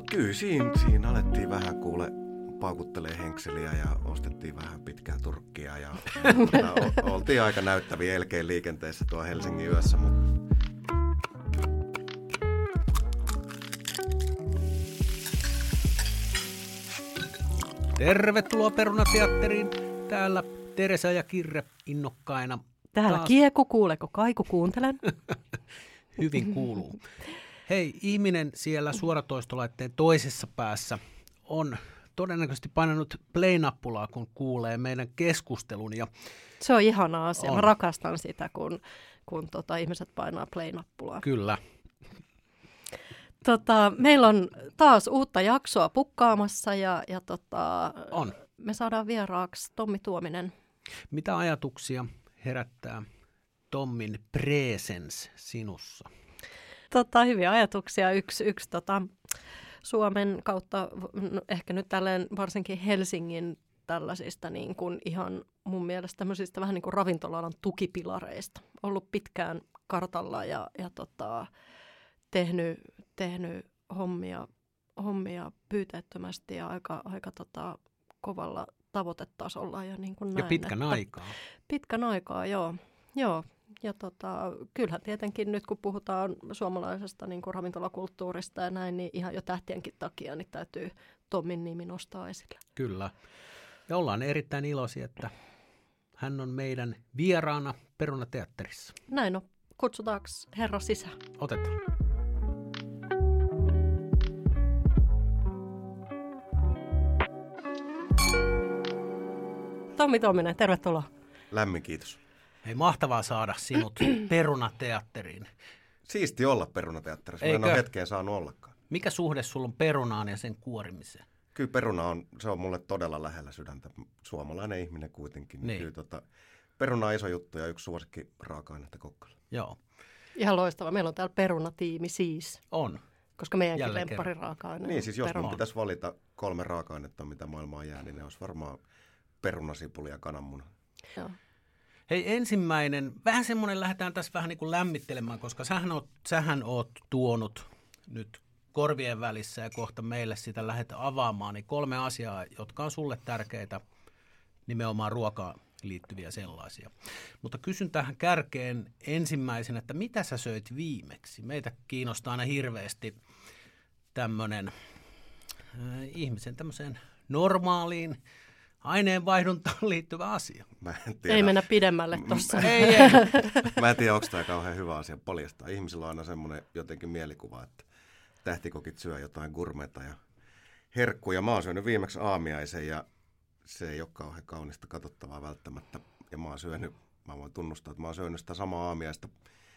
Kyllä siinä alettiin vähän paukuttelee henkseliä ja ostettiin vähän pitkää turkkia ja oltiin aika näyttäviä elkein liikenteessä tuo Helsingin yössä. Tervetuloa Perunateatteriin. Täällä Teresa ja Kirre innokkaina. Täällä taas. Kieku, kuuleko kaiku, kuuntelen. Hyvin kuuluu. Hei, ihminen siellä suoratoistolaitteen toisessa päässä on todennäköisesti painanut play-nappulaa, kun kuulee meidän keskustelun. Ja se on ihana asia. Mä rakastan sitä, kun ihmiset painaa play-nappulaa. Kyllä. Meillä on taas uutta jaksoa pukkaamassa ja on. Me saadaan vieraaksi Tommi Tuominen. Mitä ajatuksia herättää Tommin presence sinussa? Hyviä ajatuksia. Yksi Suomen kautta, ehkä nyt tälleen varsinkin Helsingin tällaisista niin kuin ihan mun mielestä tämmöisistä vähän niin kuin ravintola-alan tukipilareista. Ollut pitkään kartalla ja tehnyt hommia pyyteettömästi ja aika kovalla tavoitetasolla. Ja, niin kuin näin, ja pitkän aikaa. Pitkän aikaa, joo. Ja kyllähän tietenkin nyt kun puhutaan suomalaisesta niin kuin ravintolakulttuurista ja näin, niin ihan jo tähtienkin takia niin täytyy Tommin nimi nostaa esille. Kyllä. Ja ollaan erittäin iloisia, että hän on meidän vieraana Perunateatterissa. Näin on. Kutsutaanko herra sisään? Otetaan. Tommi Tuominen, tervetuloa. Lämmin kiitos. Hei, mahtavaa saada sinut Perunateatteriin. Siisti olla Perunateatterissa. Mä en ole hetkeen saanut ollakaan. Mikä suhde sulla on perunaan ja sen kuorimiseen? Kyllä peruna se on mulle todella lähellä sydäntä. Suomalainen ihminen kuitenkin. Niin. Kyllä peruna on iso juttu ja yksi suosikki raaka-ainetta kokkalla. Joo. Ihan loistava. Meillä on täällä perunatiimi siis. On. Koska meidänkin lemppari raaka-aine. Niin, siis jos mun pitäisi valita 3 raaka-ainetta, mitä maailmaan jää, niin ne olisi varmaan peruna, sipuli ja kananmuna. Joo. Hei, ensimmäinen, vähän semmoinen lähdetään tässä vähän niin kuin lämmittelemään, koska sähän oot tuonut nyt korvien välissä ja kohta meille sitä lähdetään avaamaan, niin 3 asiaa, jotka on sulle tärkeitä, nimenomaan ruokaan liittyviä sellaisia. Mutta kysyn tähän kärkeen ensimmäisen, että mitä sä söit viimeksi? Meitä kiinnostaa aina hirveästi tämmöinen ihmisen tämmöiseen normaaliin aineenvaihduntaan liittyvä asia. Ei mennä pidemmälle tuossa. Ei. Mä en tiedä, onko tämä kauhean hyvä asia paljastaa. Ihmisillä on aina semmoinen jotenkin mielikuva, että tähtikokit syö jotain gourmeta ja herkkuja. Mä oon syönyt viimeksi aamiaisen ja se ei ole kauhean kaunista katsottavaa välttämättä. Ja mä voin tunnustaa, että mä oon syönyt sitä samaa aamiaista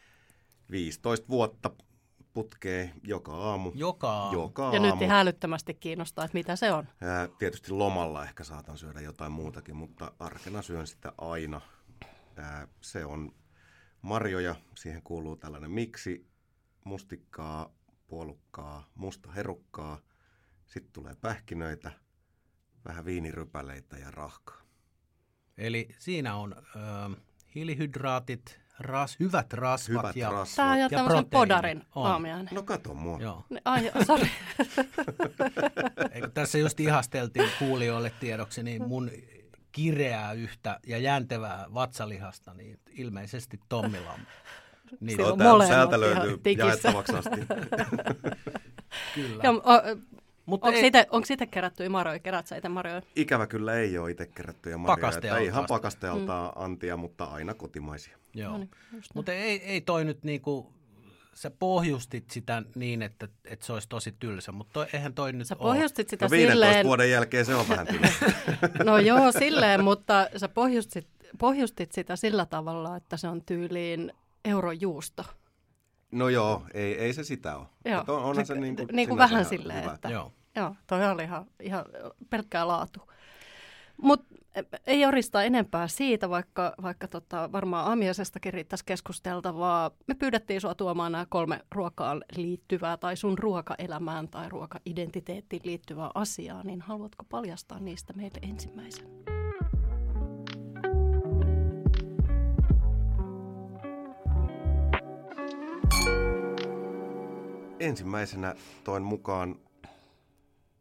15 vuotta putkeen joka aamu. Ja nyt ihan älyttömästi kiinnostaa, että mitä se on. Tietysti lomalla ehkä saatan syödä jotain muutakin, mutta arkena syön sitä aina. Se on marjoja, siihen kuuluu tällainen miksi, mustikkaa, puolukkaa, musta herukkaa, sitten tulee pähkinöitä, vähän viinirypäleitä ja rahkaa. Eli siinä on hiilihydraatit, hyvät rasvat ja tämä on jo tämmöisen podarin aamiainen. No kato mua. Joo. Ai, sori. Tässä just ihasteltiin kuulijoille tiedoksi, niin mun kireää yhtä ja jäntevää vatsalihasta, niin ilmeisesti Tommilla on. Niin, täältä löytyy jaettavaksi asti. Kyllä. Onko itse kerättyjä marjoja? Kerät sä itse marjoja? Ikävä kyllä ei ole itse kerättyjä marjoja. Ihan pakastealta antia, mutta aina kotimaisia. Joo. No niin, mutta ei toi nyt niinku, sä pohjustit sitä niin, että se olisi tosi tylsä, mutta eihän toi nyt sä pohjustit sitä 15 silleen vuoden jälkeen se on vähän tylsä. No joo, silleen, mutta sä pohjustit sitä sillä tavalla, että se on tyyliin eurojuusto. No joo, ei se sitä ole. Joo. Onhan se niin kuin vähän silleen, hyvä. että joo, toi oli ihan pelkkää laatu. Mutta ei orista enempää siitä, vaikka varmaan aamiaisestakin riittäisi keskusteltavaa. Me pyydettiin sua tuomaan nämä 3 ruokaan liittyvää tai sun ruokaelämään tai ruokaidentiteettiin liittyvää asiaa, niin haluatko paljastaa niistä meille ensimmäisen? Ensimmäisenä toin mukaan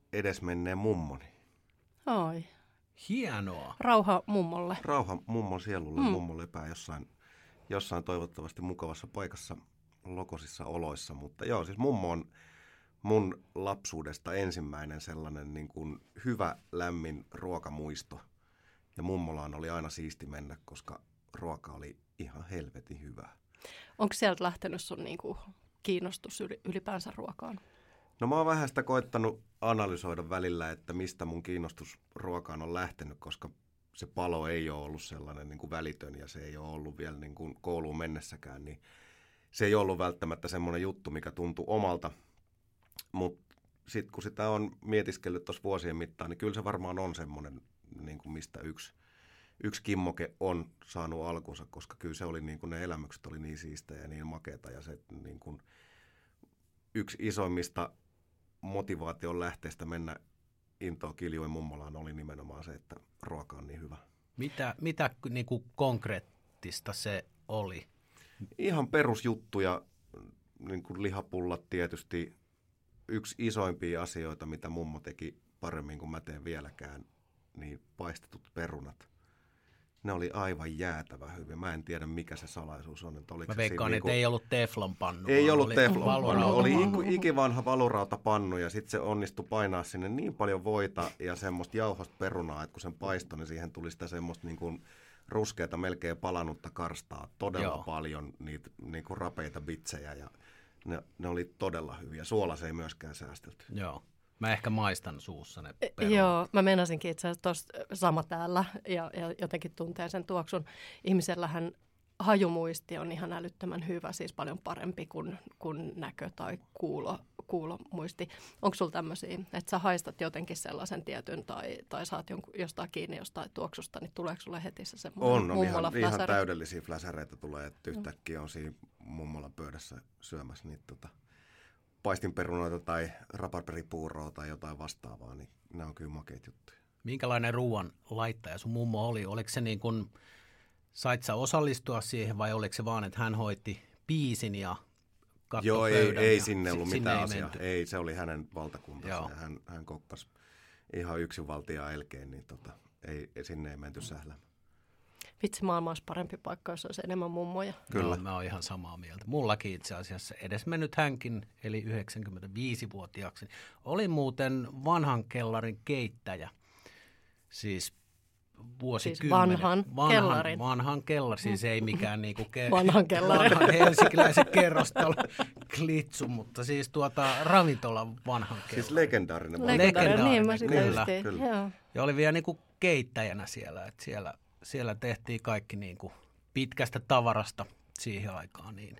edesmenneen mummoni. Oi. Hienoa. Rauha mummolle. Rauha mummon sielulle, mummo lepää jossain toivottavasti mukavassa paikassa lokosissa oloissa. Mutta joo, siis mummo on mun lapsuudesta ensimmäinen sellainen niin kuin hyvä, lämmin ruokamuisto. Ja mummolaan oli aina siisti mennä, koska ruoka oli ihan helvetin hyvää. Onko sieltä lähtenyt sun niinku kiinnostus ylipäänsä ruokaan? No mä oon vähän sitä koittanut analysoida välillä, että mistä mun kiinnostus ruokaan on lähtenyt, koska se palo ei ole ollut sellainen niin kuin välitön ja se ei ole ollut vielä niin kuin kouluun mennessäkään, niin se ei ollut välttämättä semmoinen juttu, mikä tuntui omalta, mutta sitten kun sitä on mietiskellyt tuossa vuosien mittaan, niin kyllä se varmaan on semmoinen, niin kuin mistä yksi kimmoke on saanut alkunsa, koska kyllä se oli niin kuin ne elämykset oli niin siistejä ja niin makeata ja se niin kuin yksi isoimmista motivaation lähteestä mennä intoa Kiljueen mummolaan oli nimenomaan se, että ruoka on niin hyvä. Mitä niin kuin konkreettista se oli? Ihan perusjuttuja, niin kuin lihapullat tietysti. Yksi isoimpia asioita, mitä mummo teki paremmin kuin mä teen vieläkään, niin paistetut perunat. Ne oli aivan jäätävä hyviä. Mä en tiedä, mikä se salaisuus on. Mä veikkaan, että ei ollut teflonpannu. Ei ollut teflonpannu. Oli ikivanha valurautapannu ja sitten se onnistui painaa sinne niin paljon voita ja semmoista jauhosta perunaa, että kun sen paistoi, niin siihen tuli sitä semmoista niin kuin ruskeata, melkein palanutta karstaa. Todella paljon niitä niin kuin rapeita bitsejä ja ne oli todella hyviä. Suolas ei myöskään säästelty. Joo. Mä ehkä maistan suussa ne perunat. Joo, mä meinasinkin itse asiassa tuossa sama täällä ja jotenkin tuntee sen tuoksun. Ihmisellähän hajumuisti on ihan älyttömän hyvä, siis paljon parempi kuin näkö- tai kuulomuisti. Onko sulla tämmöisiä, että sä haistat jotenkin sellaisen tietyn tai saat jostain kiinni jostain tuoksusta, niin tuleeko sulle heti se semmoinen ihan täydellisiä fläsäreitä tulee, että yhtäkkiä on siinä mummolan pöydässä syömässä niitä paistinperunoita tai raparperipuuroa tai jotain vastaavaa, niin nämä on kyllä makeita juttuja. Minkälainen ruoan laittaja sun mummo oli? Oliko se niin kuin, sait sä osallistua siihen vai oliko se vaan, että hän hoiti biisin ja kattoi Joo, pöydän? ei sinne ollut mitään asiaa. Menty. Ei, se oli hänen valtakuntansa ja hän kokkasi ihan yksinvaltiaan elkeen, niin sinne ei menty sähläämään. Vitsi, maailma olisi parempi paikka, jos olisi enemmän mummoja. Kyllä. No, mä oon ihan samaa mieltä. Mullakin itse asiassa edesmennyt hänkin, eli 95-vuotiaaksi, oli muuten vanhan kellarin keittäjä. Siis vuosikymmenen. Vanhan kellarin, siis ei mikään niinku vanhan kellarin. Helsinkiläisen kerrostalo klitsu, mutta siis ravintolan vanhan kellarin. Siis legendaarinen. Niin mä sitä kyllä. Ja oli vielä niinku keittäjänä siellä, että siellä tehtiin kaikki niin kuin pitkästä tavarasta siihen aikaan. Niin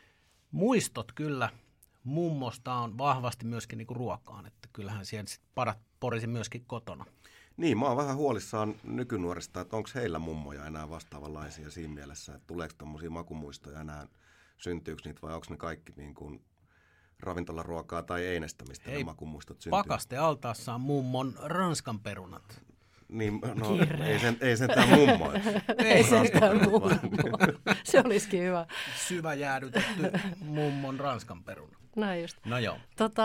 muistot kyllä mummosta on vahvasti myöskin niin kuin ruokaan, että kyllähän siellä parat porisi myöskin kotona. Niin, mä oon vähän huolissaan nykynuorista, että onko heillä mummoja enää vastaavanlaisia siinä mielessä, että tuleeko tommosia makumuistoja enää, syntyykö niitä vai onko ne kaikki niin kuin ravintolaruokaa tai einestä, mistä ne makumuistot syntyy? Pakaste altaassa on mummon ranskan perunat. Niin, no ei sentään mummoa. Ei sentään mummoa. Se olisikin hyvä. Syvä jäädytetty mummon ranskan peruna. Näin just. No joo.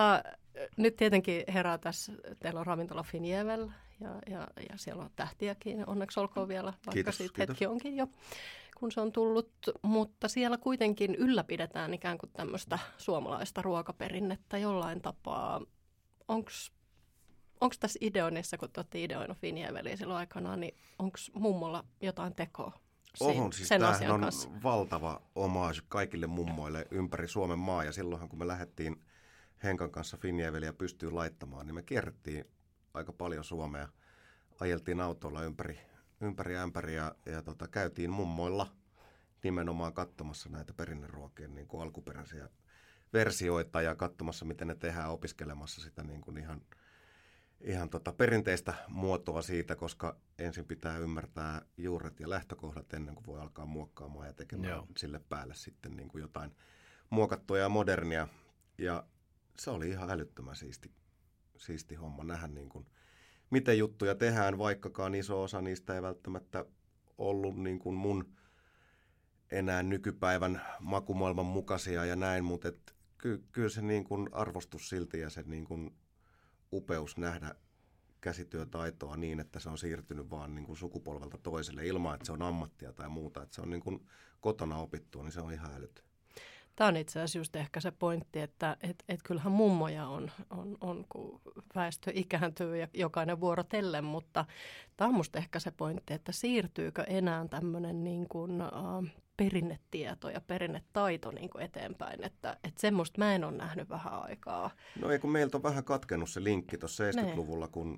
Nyt tietenkin herää tässä, teillä on ravintola Finjevel ja siellä on tähtiäkin, onneksi olkoon vielä, vaikka siitä hetki onkin jo, kun se on tullut. Mutta siellä kuitenkin ylläpidetään ikään kuin tämmöistä suomalaista ruokaperinnettä jollain tapaa. Onko tässä ideoinnissa, kun te olette ideoinut Finjeveliä silloin aikanaan, niin onko mummolla jotain tekoa siis sen asian on kanssa? Valtava homage kaikille mummoille ympäri Suomen maa. Ja silloinhan, kun me lähdettiin Henkan kanssa Finjeveliä pystyyn laittamaan, niin me kierrettiin aika paljon Suomea. Ajeltiin autolla ympäri ämpäriä ja käytiin mummoilla nimenomaan katsomassa näitä perinneruokien niin kuin alkuperäisiä versioita ja katsomassa, miten ne tehdään, opiskelemassa sitä niin kuin ihan perinteistä muotoa siitä, koska ensin pitää ymmärtää juuret ja lähtökohdat ennen kuin voi alkaa muokkaamaan ja tekemään sille päälle sitten niin kuin jotain muokattua ja modernia. Ja se oli ihan älyttömän siisti homma nähdä, niin kuin, miten juttuja tehdään, vaikkakaan iso osa niistä ei välttämättä ollut niin kuin mun enää nykypäivän makumaailman mukaisia ja näin, mutta kyllä se niin kuin arvostus silti ja se niin kuin upeus nähdä käsityötaitoa niin, että se on siirtynyt vaan niin kuin sukupolvelta toiselle ilman, että se on ammattia tai muuta. Että se on niin kuin kotona opittua, niin se on ihan älytön. Tämä on itse asiassa just ehkä se pointti, että kyllähän mummoja on, kun väestö ikääntyy ja jokainen vuorotellen, mutta tämä on musta ehkä se pointti, että siirtyykö enää tämmöinen niin kuin, perinnetieto ja perinnetaito niin kuin eteenpäin, että semmoista mä en ole nähnyt vähän aikaa. No ei, kun meiltä on vähän katkennut se linkki tuossa 70-luvulla, kun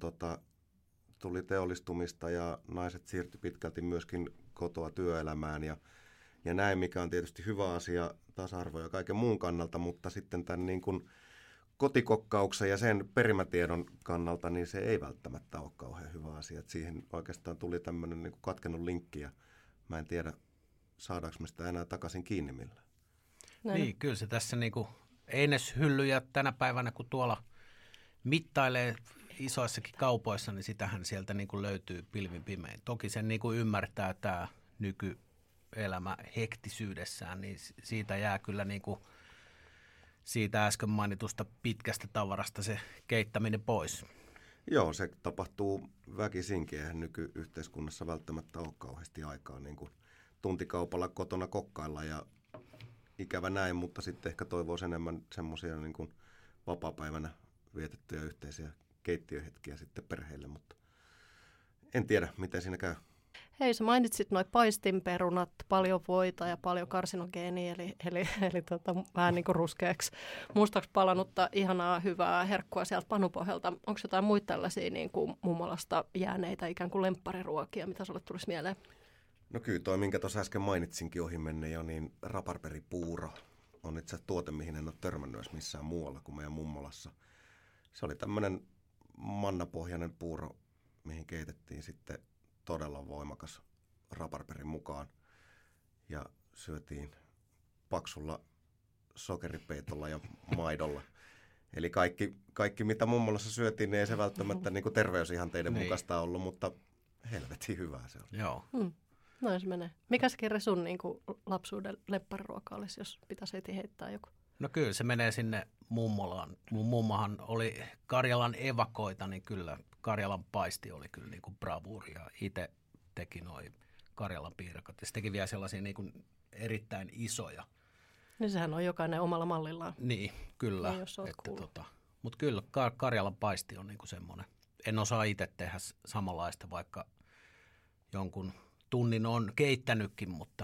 tuli teollistumista ja naiset siirtyi pitkälti myöskin kotoa työelämään ja näin, mikä on tietysti hyvä asia tasa-arvo ja kaiken muun kannalta, mutta sitten tämän niin kuin kotikokkauksen ja sen perimätiedon kannalta, niin se ei välttämättä ole kauhean hyvä asia. Että siihen oikeastaan tuli tämmöinen niin kuin katkennut linkki ja mä en tiedä, saadaanko me sitä enää takaisin kiinni millään. Niin, kyllä se tässä niin kuin eineshyllyjä tänä päivänä, kun tuolla mittailee isoissakin kaupoissa, niin sitähän sieltä niin kuin löytyy pilvin pimein. Toki sen niin kuin ymmärtää tämä nykyelämä hektisyydessään, niin siitä jää kyllä niin kuin siitä äsken mainitusta pitkästä tavarasta se keittäminen pois. Joo, se tapahtuu väkisinkin. Eihän nykyyhteiskunnassa välttämättä ole kauheasti aikaa niin kuin tuntikaupalla kotona kokkailla ja ikävä näin, mutta sitten ehkä toivoisi enemmän semmoisia niin kuin vapaapäivänä vietettyjä yhteisiä keittiöhetkiä sitten perheille, mutta en tiedä, miten siinä käy. Hei, sä mainitsit noi paistinperunat, paljon voita ja paljon karsinogeenia, eli vähän niin kuin ruskeaksi mustaksi palannutta ihanaa hyvää herkkua sieltä panupohjalta. Onko jotain muita tällaisia niin kuin mummolasta jääneitä ikään kuin lemppariruokia, mitä sulle tulisi mieleen? No kyllä toi, minkä tuossa äsken mainitsinkin ohi menne jo, niin raparperipuuro on itse asiassa tuote, mihin en ole törmännyt edes missään muualla kuin meidän mummolassa. Se oli tämmöinen mannapohjainen puuro, mihin keitettiin sitten todella voimakas raparperin mukaan ja syötiin paksulla sokeripeitolla ja maidolla. Eli kaikki mitä mummolassa syötiin, niin ei se välttämättä niin kuin terveysihanteiden mukaista ollut, mutta helvetin hyvää se on. Joo. Noin se menee. Mikä se Kirri sun niin kuin lapsuuden lemppariruoka olisi, jos pitäisi heti heittää joku? No kyllä se menee sinne mummolaan. Mun mummahan oli Karjalan evakoita, niin kyllä Karjalan paisti oli kyllä niin kuin bravuuri ja itse teki noi Karjalan piirakat. Ja se teki vielä sellaisia niin kuin erittäin isoja. Niin sehän on jokainen omalla mallillaan. Niin, kyllä. Mutta kyllä Karjalan paisti on niin kuin semmoinen. En osaa itse tehdä samanlaista, vaikka jonkun tunnin on keittänytkin, mutta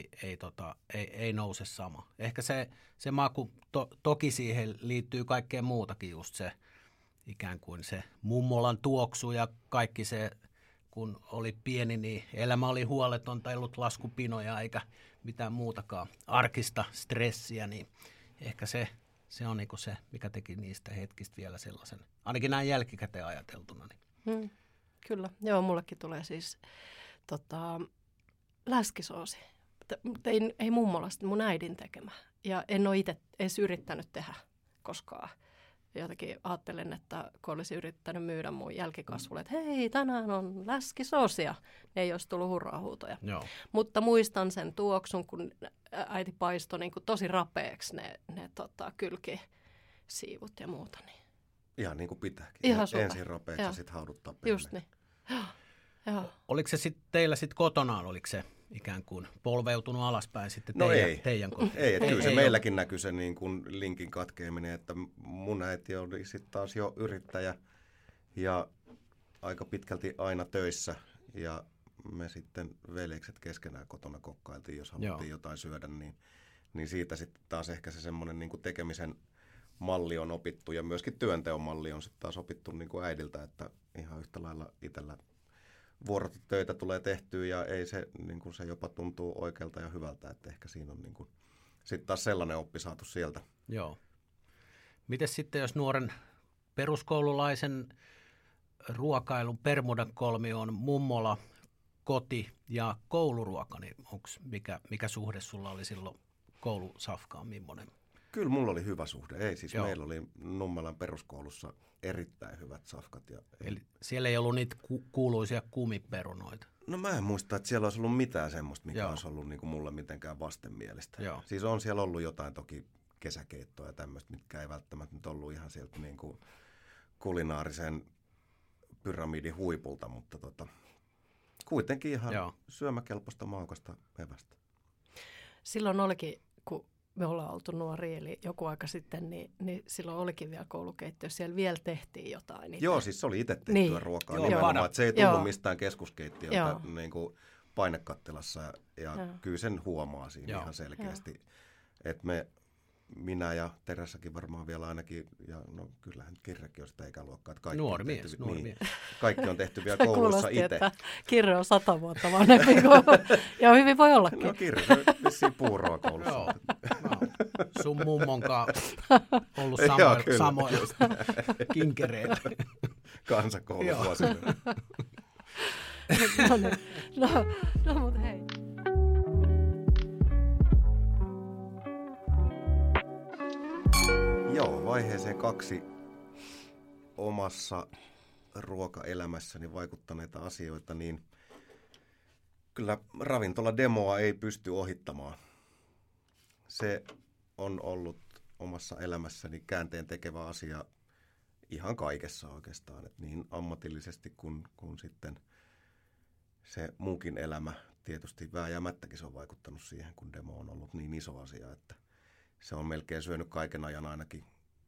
ei nouse sama. Ehkä se maku, toki siihen liittyy kaikkea muutakin, just se ikään kuin se mummolan tuoksu ja kaikki se, kun oli pieni, niin elämä oli huoletonta, ei ollut laskupinoja eikä mitään muutakaan arkista stressiä, niin ehkä se on niinku se, mikä teki niistä hetkistä vielä sellaisen, ainakin näin jälkikäteen ajateltuna. Niin. Kyllä, joo, mullekin tulee siis läskisoosi. Ei mummolasta, mun äidin tekemä. Ja en ole itse edes yrittänyt tehdä koskaan. Jotenkin ajattelen, että kun olisi yrittänyt myydä mun jälkikasvulle, että hei, tänään on läskisoosia. Ei olisi tullut hurraahuutoja. Joo. Mutta muistan sen tuoksun, kun äiti paistoi niin kuin tosi rapeaksi ne kylkisiivut ja muuta. Niin. Ihan niin kuin pitääkin. Ihan ensin rapeaksi ja sitten hauduttaa pehmeä. Just niin. Joo. Oliko se sitten teillä sitten kotonaan, oliko se ikään kuin polveutunut alaspäin sitten teidän kotiin? Ei, että kyllä se meilläkin näkyy se niin kuin linkin katkeaminen, että mun äiti oli sitten taas jo yrittäjä ja aika pitkälti aina töissä ja me sitten veljekset keskenään kotona kokkailtiin, jos haluttiin jotain syödä, niin siitä sitten taas ehkä se semmoinen niin kuin tekemisen malli on opittu ja myöskin työnteon malli on sitten taas opittu niin kuin äidiltä, että ihan yhtä lailla itsellä vuorotöitä tulee tehtyä ja ei se, niin kuin se jopa tuntuu oikealta ja hyvältä, että ehkä siinä on niin kuin, sitten taas sellainen oppi saatu sieltä. Joo. Mites sitten, jos nuoren peruskoululaisen ruokailun Bermudan kolmio on mummola, koti ja kouluruoka, niin mikä suhde sulla oli silloin koulusafkaan, millainen? Kyllä mulla oli hyvä suhde. Ei siis meillä oli Nummelan peruskoulussa erittäin hyvät safkat. Eli siellä ei ollut niitä kuuluisia kumiperunoita? No mä en muista, että siellä olisi ollut mitään semmoista, mikä olisi ollut niin kuin mulle mitenkään vastenmielistä. Joo. Siis on siellä ollut jotain toki kesäkeittoa ja tämmöistä, mitkä ei välttämättä nyt ollut ihan sieltä niin kuin kulinaarisen pyramidin huipulta, mutta kuitenkin ihan syömäkelpoista maukasta evästä. Silloin olikin, kun me ollaan oltu nuoria, eli joku aika sitten, niin silloin olikin vielä koulukeittiö. Siellä vielä tehtiin jotain. Itse. Joo, siis se oli itse tehtyä ruokaa nimenomaan, että se ei tullut mistään keskuskeittiöltä niin kuin painekattilassa. Ja kyllä sen huomaa siinä ihan selkeästi, että minä ja Teressäkin varmaan vielä ainakin, ja no kyllähän Kirrekin on sitä ikäluokkaa, että nuori mies. Kaikki on tehty vielä koulussa itse. Että Kirre on 100 vuotta vanhempi ja hyvin voi ollakin. No Kirre vissiin puuroa koulussa. Joo, sun mummonkaan ollut samoilla kinkereillä. Kansakouluvuosille. No mutta hei. Joo, vaiheeseen 2 omassa ruokaelämässäni vaikuttaneita asioita, niin kyllä ravintolademoa ei pysty ohittamaan. Se on ollut omassa elämässäni käänteen tekevä asia ihan kaikessa oikeastaan, että niin ammatillisesti kuin sitten se muukin elämä. Tietysti vääjäämättäkin se on vaikuttanut siihen, kun demo on ollut niin iso asia, että se on melkein syönyt kaiken ajan ainakin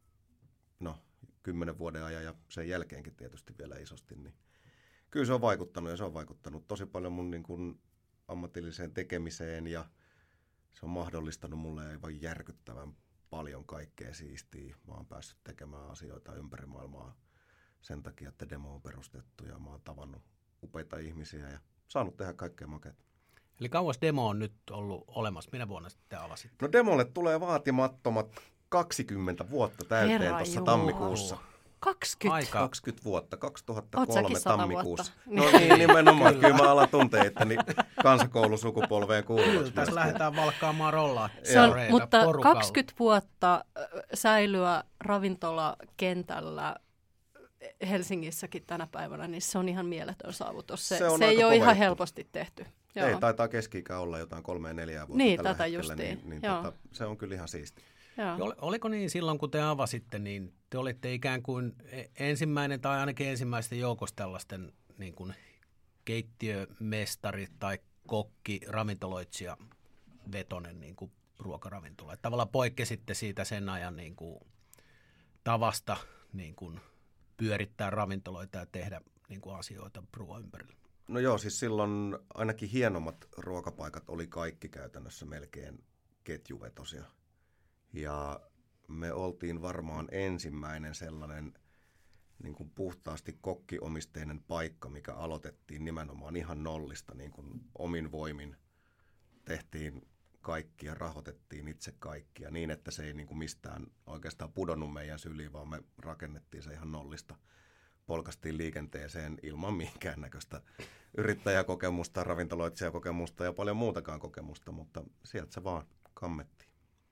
10 vuoden ajan ja sen jälkeenkin tietysti vielä isosti. Niin kyllä se on vaikuttanut ja se on vaikuttanut tosi paljon mun niin kuin ammatilliseen tekemiseen ja se on mahdollistanut mulle aivan järkyttävän paljon kaikkea siistiä. Mä oon päässyt tekemään asioita ympäri maailmaa sen takia, että demo on perustettu ja mä oon tavannut upeita ihmisiä ja saanut tehdä kaikkea makeata. Eli kauas demo on nyt ollut olemassa? Minä vuonna sitten avasitte? No demolle tulee vaatimattomat 20 vuotta täyteen tuossa tammikuussa. 20 vuotta, 2003 tammikuussa. No niin, nimenomaan. Kyllä mä alan tuntea, että kansakoulusukupolveen kuuluvaksi. Tässä lähdetään valkkaamaan rollaa. Mutta porukalla. 20 vuotta säilyä ravintolakentällä Helsingissäkin tänä päivänä, niin se on ihan mieletön saavutus. Se ei ole ihan helposti tehty. Joo. Ei, taitaa keski-ikä olla jotain 3-4 vuotta niin, tällä tätä hetkellä, justiin. Se on kyllä ihan siisti. Oliko niin silloin, kun te avasitte, niin te olitte ikään kuin ensimmäinen tai ainakin ensimmäisten joukossa tällaisten niin kuin keittiömestari tai kokki, ravintoloitsija vetonen niin kuin ruokaravintola. Että tavallaan poikkesitte siitä sen ajan niin kuin tavasta niin kuin pyörittää ravintoloita ja tehdä niin kuin asioita ruoan ympärillä. No joo, siis silloin ainakin hienommat ruokapaikat oli kaikki käytännössä melkein ketjuvetosia. Ja me oltiin varmaan ensimmäinen sellainen niin kuin puhtaasti kokkiomisteinen paikka, mikä aloitettiin nimenomaan ihan nollista, niin kuin omin voimin tehtiin kaikki ja rahoitettiin itse kaikkia niin, että se ei niin kuin mistään oikeastaan pudonnut meidän syliin, vaan me rakennettiin se ihan nollista. Polkastiin liikenteeseen ilman minkäännäköistä yrittäjäkokemusta, ravintoloitsijakokemusta ja paljon muutakaan kokemusta, mutta sieltä se vaan kammettiin.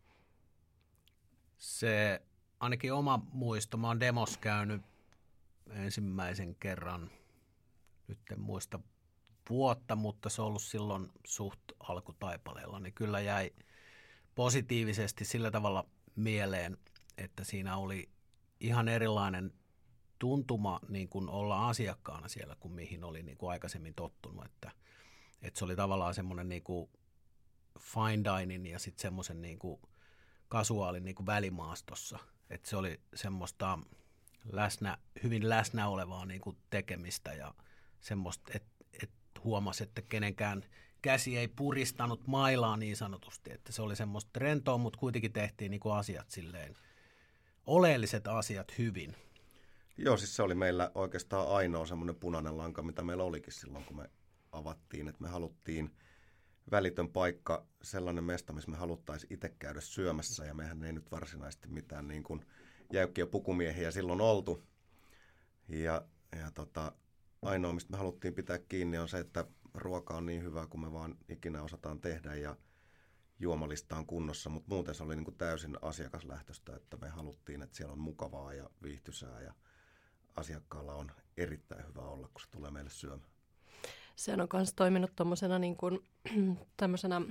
Se ainakin oma muisto, mä oon demos käynyt ensimmäisen kerran, nyt en muista vuotta, mutta se on ollut silloin suht alkutaipaleella, niin kyllä jäi positiivisesti sillä tavalla mieleen, että siinä oli ihan erilainen tuntuma niin kuin olla asiakkaana siellä, kuin mihin oli niin kuin aikaisemmin tottunut, että se oli tavallaan semmoinen niin kuin fine dining ja sitten semmoisen niin kuin kasuaalin niin kuin välimaastossa, että se oli semmoista hyvin läsnä olevaa niin kuin tekemistä ja semmoista, että huomasi, että kenenkään käsi ei puristanut mailaa niin sanotusti, että se oli semmoista rentoa, mutta kuitenkin tehtiin niin kuin asiat silleen, oleelliset asiat hyvin. Joo, siis se oli meillä oikeastaan ainoa semmoinen punainen lanka, mitä meillä olikin silloin, kun me avattiin, että me haluttiin välitön paikka, sellainen mesta, missä me haluttaisiin itse käydä syömässä, ja mehän ei nyt varsinaisesti mitään niin kuin jäykkiä pukumiehiä silloin oltu. Ja ainoa, mistä me haluttiin pitää kiinni, on se, että ruoka on niin hyvää, kuin me vaan ikinä osataan tehdä, ja juomalista on kunnossa, mutta muuten se oli niin kuin täysin asiakaslähtöistä, että me haluttiin, että siellä on mukavaa ja viihtysää, ja asiakkaalla on erittäin hyvä olla, kun se tulee meille syömään. Se on myös toiminut tuommoisena niin kuin, tämmöisenä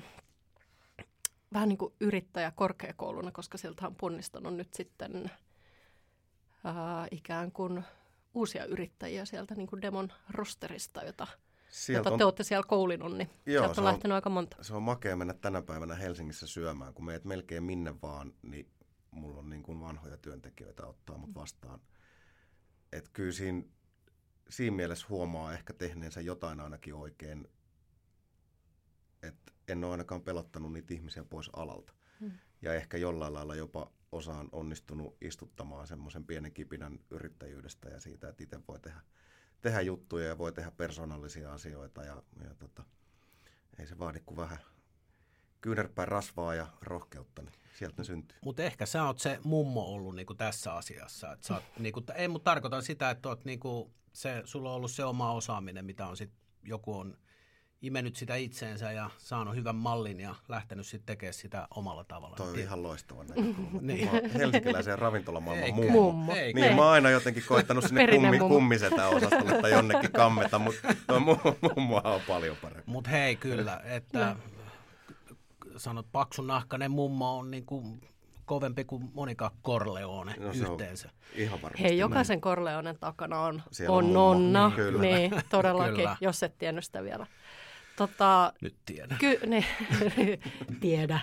vähän niin kuin yrittäjäkorkeakouluna, koska sieltä on punnistanut nyt sitten ikään kuin uusia yrittäjiä sieltä niin kuin Demon rosterista, jota on, te olette siellä koulinut, niin sieltä on lähtenyt aika monta. Se on makea mennä tänä päivänä Helsingissä syömään, kun meet melkein minne vaan, niin mulla on niin kuin vanhoja työntekijöitä ottaa mut vastaan. Et kyllä siinä mielessä huomaa ehkä tehneensä jotain ainakin oikein, että en ole ainakaan pelottanut niitä ihmisiä pois alalta. Ja ehkä jollain lailla jopa osaan onnistunut istuttamaan semmoisen pienen kipinän yrittäjyydestä ja siitä, että itse voi tehdä juttuja ja voi tehdä persoonallisia asioita. Ja ei se vaadi kuin vähän kyynärpäin rasvaa ja rohkeutta, niin sieltä ne syntyy. Mutta ehkä sä oot se mummo ollut niinku tässä asiassa. Et sä oot, niinku, ei, mutta tarkoitan sitä, että oot, niinku, sulla on ollut se oma osaaminen, mitä on sit, joku on imennyt sitä itseensä ja saanut hyvän mallin ja lähtenyt sitten tekemään sitä omalla tavalla. Toi on ihan loistava näkökulma. Niin. Mä oon helsinkiläisen ravintolamaailman Mummo. Niin, mä oon aina jotenkin koittanut sinne kummisetä-osastolle tai jonnekin kammeta, mutta mummoa on paljon parempi. Mutta hei kyllä, että sanot paksunahkainen mummo on niinku kovempi kuin Monika Corleone yhteensä. Ihan varmasti. Hei, jokaisen Corleonen takana on nonna. Niin, todellakin, kyllä. Jos et tiennyt sitä vielä. Nyt tiedän. Tiedä.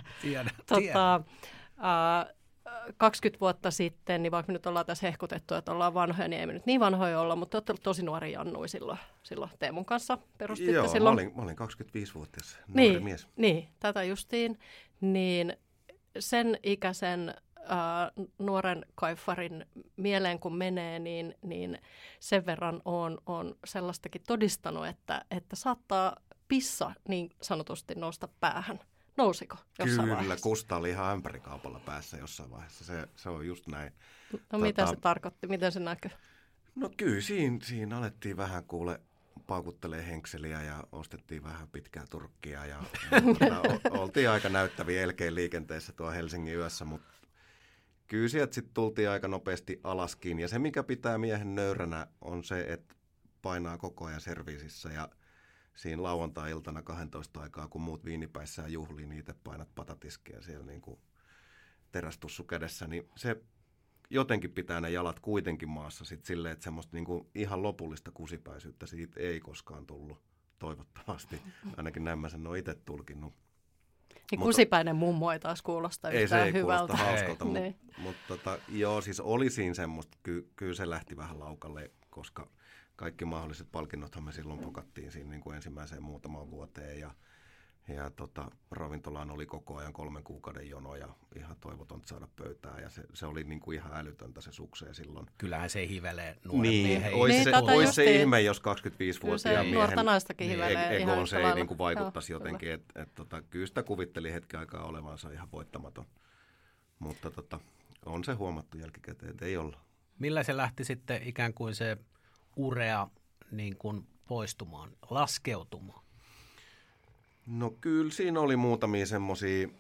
20 vuotta sitten, niin vaikka me nyt ollaan tässä hehkutettu, että ollaan vanhoja, niin ei me nyt niin vanhoja olla, mutta olette olleet tosi nuori Jannui silloin Teemun kanssa perustitte. Joo, silloin. Mä olin 25-vuotias nuori mies. Niin, tätä justiin. Niin sen ikäisen nuoren kaifarin mieleen kun menee, niin sen verran on sellaistakin todistanut, että saattaa pissa niin sanotusti nousta päähän. Nousiko jossain vaiheessa? Kyllä, Kusta oli ihan ämpärikaupalla päässä jossain vaiheessa. Se on just näin. No mitä se tarkoitti? Miten se näkyy? No kyllä, siinä alettiin vähän paukuttelee henkseliä ja ostettiin vähän pitkää turkkia ja oltiin aika näyttäviä elkein liikenteessä tuo Helsingin yössä, mutta kyllä sieltä sitten tultiin aika nopeasti alaskin. Ja se, mikä pitää miehen nöyränä, on se, että painaa koko ajan serviisissä ja siinä lauantai-iltana 12 aikaa, kun muut viinipäissään juhlii, niin itse painat patatiskeja siellä niin kuin terästussu kädessä, niin se jotenkin pitää ne jalat kuitenkin maassa sit silleen, että semmoista niin kuin ihan lopullista kusipäisyyttä siitä ei koskaan tullut, toivottavasti. Ainakin näin mä sen ole itse tulkinnut. Niin kusipäinen mummo ei taas kuulosta yhtään hyvältä. Ei se ei kuulosta hauskalta, mutta joo, siis oli siinä semmoista, kyllä se lähti vähän laukalle, koska kaikki mahdolliset palkinnothan me silloin pokattiin siinä niin kuin ensimmäiseen muutamaan vuoteen ja ravintolaan oli koko ajan 3 kuukauden jono ja ihan toivotonta saada pöytään ja se oli niin kuin ihan älytöntä se sukseen silloin. Kyllähän se hivelee nuoren miehen. Olisi se ihme, jos 25-vuotiaan miehen nuorta naistakin hivelee egoon se ei niin kuin vaikuttaisi jotenkin. Kyllä sitä kuvitteli hetken aikaa olevansa ihan voittamaton, mutta on se huomattu jälkikäteen, että ei olla. Millä se lähti sitten ikään kuin se urea niin kuin poistumaan, laskeutumaan? No kyllä siinä oli muutamia semmoisia.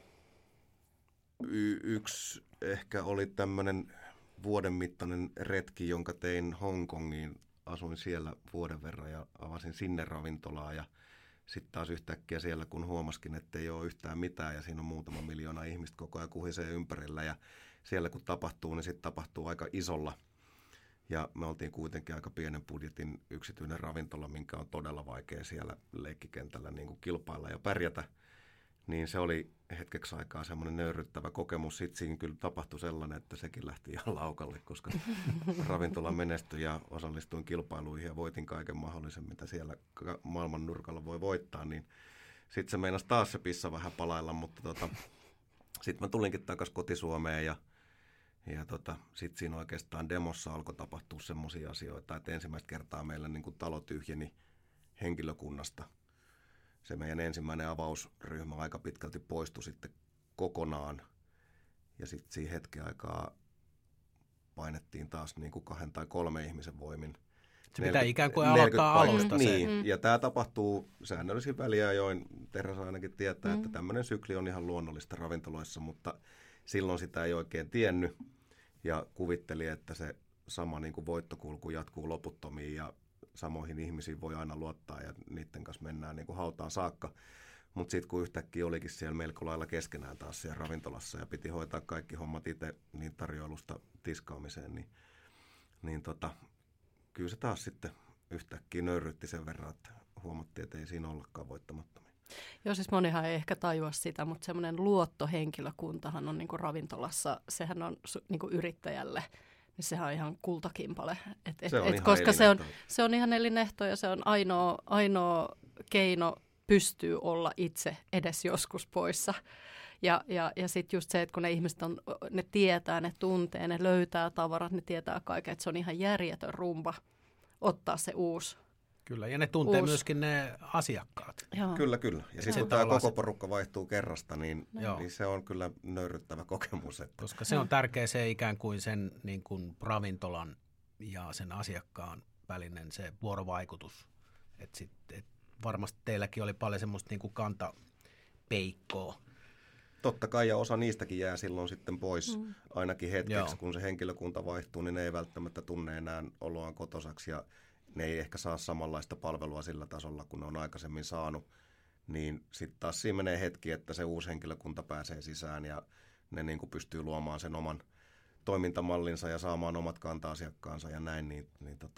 Yksi ehkä oli tämmöinen vuoden mittainen retki, jonka tein Hongkongiin. Asuin siellä vuoden verran ja avasin sinne ravintolaa ja sitten taas yhtäkkiä siellä, kun huomaskin, että ei ole yhtään mitään ja siinä on muutama miljoona ihmistä koko ajan kuhisee ympärillä ja siellä kun tapahtuu, niin sitten tapahtuu aika isolla. Ja me oltiin kuitenkin aika pienen budjetin yksityinen ravintola, minkä on todella vaikea siellä leikkikentällä niin kuin kilpailla ja pärjätä. Niin se oli hetkeksi aikaa semmoinen nöyryttävä kokemus. Sitten siinä kyllä tapahtui sellainen, että sekin lähti ihan laukalle, koska ravintola menestyi ja osallistuin kilpailuihin ja voitin kaiken mahdollisen, mitä siellä maailman nurkalla voi voittaa. Niin sitten se meinasi taas se pissa vähän palailla, mutta sitten mä tulinkin takaisin koti-Suomeen ja sitten siinä oikeastaan demossa alkoi tapahtua semmoisia asioita, että ensimmäistä kertaa meillä niin kuin talo tyhjeni henkilökunnasta. Se meidän ensimmäinen avausryhmä aika pitkälti poistui sitten kokonaan. Ja sitten siinä hetken aikaa painettiin taas niin kuin 2 tai 3 ihmisen voimin. Se pitää ikään kuin aloittaa alusta. Niin, ja tämä tapahtuu säännöllisin väliajoin. Teresa ainakin tietää, että tämmöinen sykli on ihan luonnollista ravintoloissa, mutta silloin sitä ei oikein tiennyt. Ja kuvitteli, että se sama niin kuin voittokulku jatkuu loputtomiin ja samoihin ihmisiin voi aina luottaa ja niiden kanssa mennään niin kuin hautaan saakka. Mutta sitten kun yhtäkkiä olikin siellä melko lailla keskenään taas siellä ravintolassa ja piti hoitaa kaikki hommat itse niin tarjoilusta tiskaamiseen, niin niin kyllä se taas sitten yhtäkkiä nöyryytti sen verran, että huomattiin, että ei siinä ollakaan voittamattomia. Joo, siis monihan ei ehkä tajua sitä, mutta semmoinen luottohenkilökuntahan on niin kuin ravintolassa, sehän on niin kuin yrittäjälle, niin sehän on ihan kultakimpale. Koska se on ihan elinehto ja se on ainoa keino pystyy olla itse edes joskus poissa. Ja sitten just se, että kun ne ihmiset ne tietää, ne tuntee, ne löytää tavarat, ne tietää kaiken, että se on ihan järjetön rumba ottaa se uusi. Kyllä, ja ne tuntee myöskin ne asiakkaat. Joo. Kyllä. Ja sitten kun tämä koko porukka vaihtuu kerrasta, niin se on kyllä nöyryttävä kokemus. Että. Koska se on tärkeä se ikään kuin sen niin kuin ravintolan ja sen asiakkaan välinen se vuorovaikutus. Et varmasti teilläkin oli paljon semmoista niin kuin kantapeikkoa. Totta kai, ja osa niistäkin jää silloin sitten pois ainakin hetkeksi, kun se henkilökunta vaihtuu, niin ne ei välttämättä tunne enää oloaan kotosaksi ja ne ei ehkä saa samanlaista palvelua sillä tasolla, kun ne on aikaisemmin saanut. Niin sitten taas siinä menee hetki, että se uusi henkilökunta pääsee sisään ja ne niin kuin pystyy luomaan sen oman toimintamallinsa ja saamaan omat kanta-asiakkaansa ja näin. Niin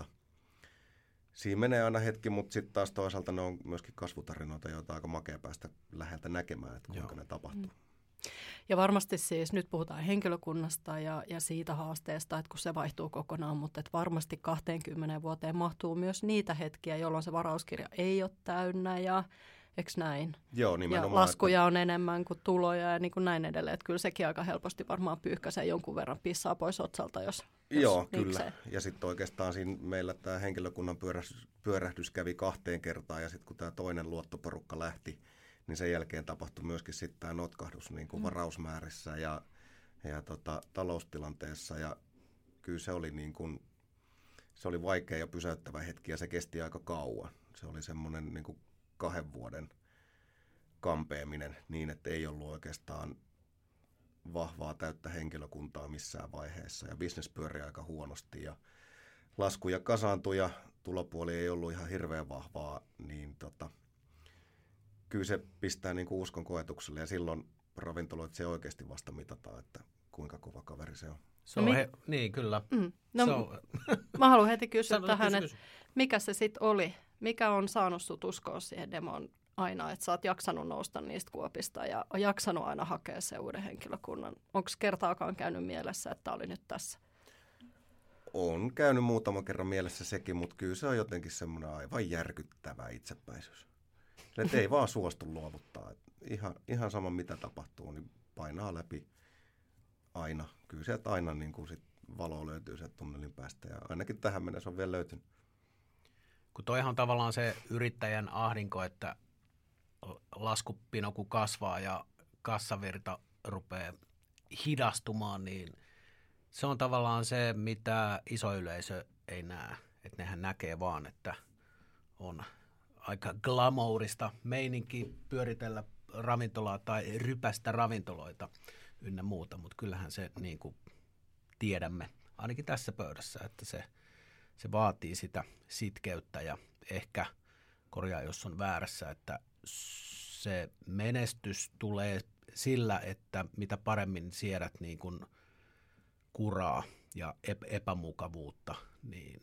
siinä menee aina hetki, mutta sitten taas toisaalta ne on myöskin kasvutarinoita, joita on aika makea päästä läheltä näkemään, että kuinka ne tapahtuu. Ja varmasti siis nyt puhutaan henkilökunnasta ja siitä haasteesta, että kun se vaihtuu kokonaan, mutta että varmasti 20 vuoteen mahtuu myös niitä hetkiä, jolloin se varauskirja ei ole täynnä ja eikö näin? Joo, nimenomaan. Ja laskuja on enemmän kuin tuloja ja niin kuin näin edelleen. Että kyllä sekin aika helposti varmaan pyyhkäisee jonkun verran pissaa pois otsalta, jos Joo, kyllä. Ja sitten oikeastaan siinä meillä tämä henkilökunnan pyörähdys kävi 2 kertaa ja sitten kun tämä toinen luottoporukka lähti, niin sen jälkeen tapahtui myöskin sitten tämä notkahdus niin kuin varausmäärissä ja taloustilanteessa. Ja kyllä se oli, niin kuin, se oli vaikea ja pysäyttävä hetki ja se kesti aika kauan. Se oli semmoinen niin kuin 2 vuoden kampeaminen niin, että ei ollut oikeastaan vahvaa täyttä henkilökuntaa missään vaiheessa. Ja bisnes pyöri aika huonosti ja laskuja kasaantui ja tulopuoli ei ollut ihan hirveän vahvaa, niin kyllä se pistää niin kuin uskon koetukselle ja silloin ravintoloit se oikeasti vasta mitataan, että kuinka kova kaveri se on. Niin, kyllä. Mä haluan heti kysyä tähän, että mikä se sitten oli? Mikä on saanut sut uskoa siihen demoon aina, että sä oot jaksanut nousta niistä kuopista ja on jaksanut aina hakea se uuden henkilökunnan? Onko kertaakaan käynyt mielessä, että tää oli nyt tässä? On käynyt muutaman kerran mielessä sekin, mutta kyllä se on jotenkin semmoinen aivan järkyttävä itsepäisyys. Että ei vaan suostu luovuttaa. Ihan sama mitä tapahtuu, niin painaa läpi aina. Kyllä sieltä aina niin kuin sit valo löytyy sieltä tunnelin päästä ja ainakin tähän mennessä on vielä löytynyt. Kun toihan on tavallaan se yrittäjän ahdinko, että laskupino kun kasvaa ja kassavirta rupeaa hidastumaan, niin se on tavallaan se, mitä iso yleisö ei näe. Että nehän näkee vaan, että on aika glamourista meininki pyöritellä ravintolaa tai rypästä ravintoloita ynnä muuta, mutta kyllähän se niin kuin tiedämme, ainakin tässä pöydässä, että se vaatii sitä sitkeyttä ja ehkä, korjaa jos on väärässä, että se menestys tulee sillä, että mitä paremmin siedät niin kuin kuraa ja epämukavuutta, niin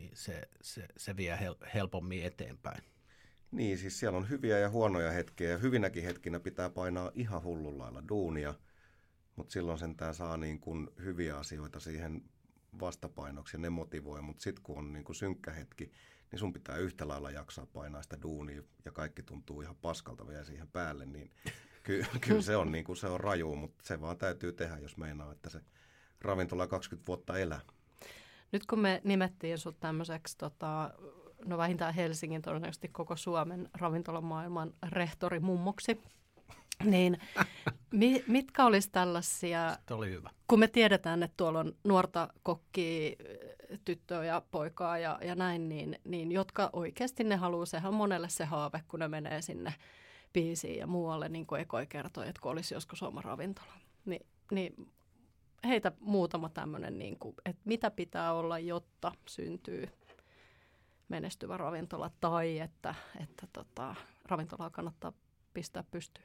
se vie helpommin eteenpäin. Niin, siis siellä on hyviä ja huonoja hetkiä ja hyvinäkin hetkinä pitää painaa ihan hullun lailla duunia, mutta silloin sentään saa niin kuin hyviä asioita siihen vastapainoksi ja ne motivoi, mutta sitten kun on niin kuin synkkä hetki, niin sun pitää yhtä lailla jaksaa painaa sitä duunia ja kaikki tuntuu ihan paskalta vielä siihen päälle, niin kyllä se on, niin kuin se on raju, mutta se vaan täytyy tehdä, jos meinaa, että se ravintola 20 vuotta elää. Nyt kun me nimettiin sut tämmöiseksi, no vähintään Helsingin, todennäköisesti koko Suomen ravintolamaailman rehtorimummoksi, niin mitkä olisi tällaisia, oli hyvä. Kun me tiedetään, että tuolla on nuorta kokkia, tyttöä ja poikaa ja näin, niin jotka oikeasti ne haluaa, sehän on monelle se haave, kun ne menee sinne biisiin ja muualle, niin kuin Ekoi kertoi, että kun olisi joskus oma ravintola, niin heitä muutama tämmöinen, niin kuin, että mitä pitää olla, jotta syntyy menestyvä ravintola tai että ravintolaa kannattaa pistää pystyyn?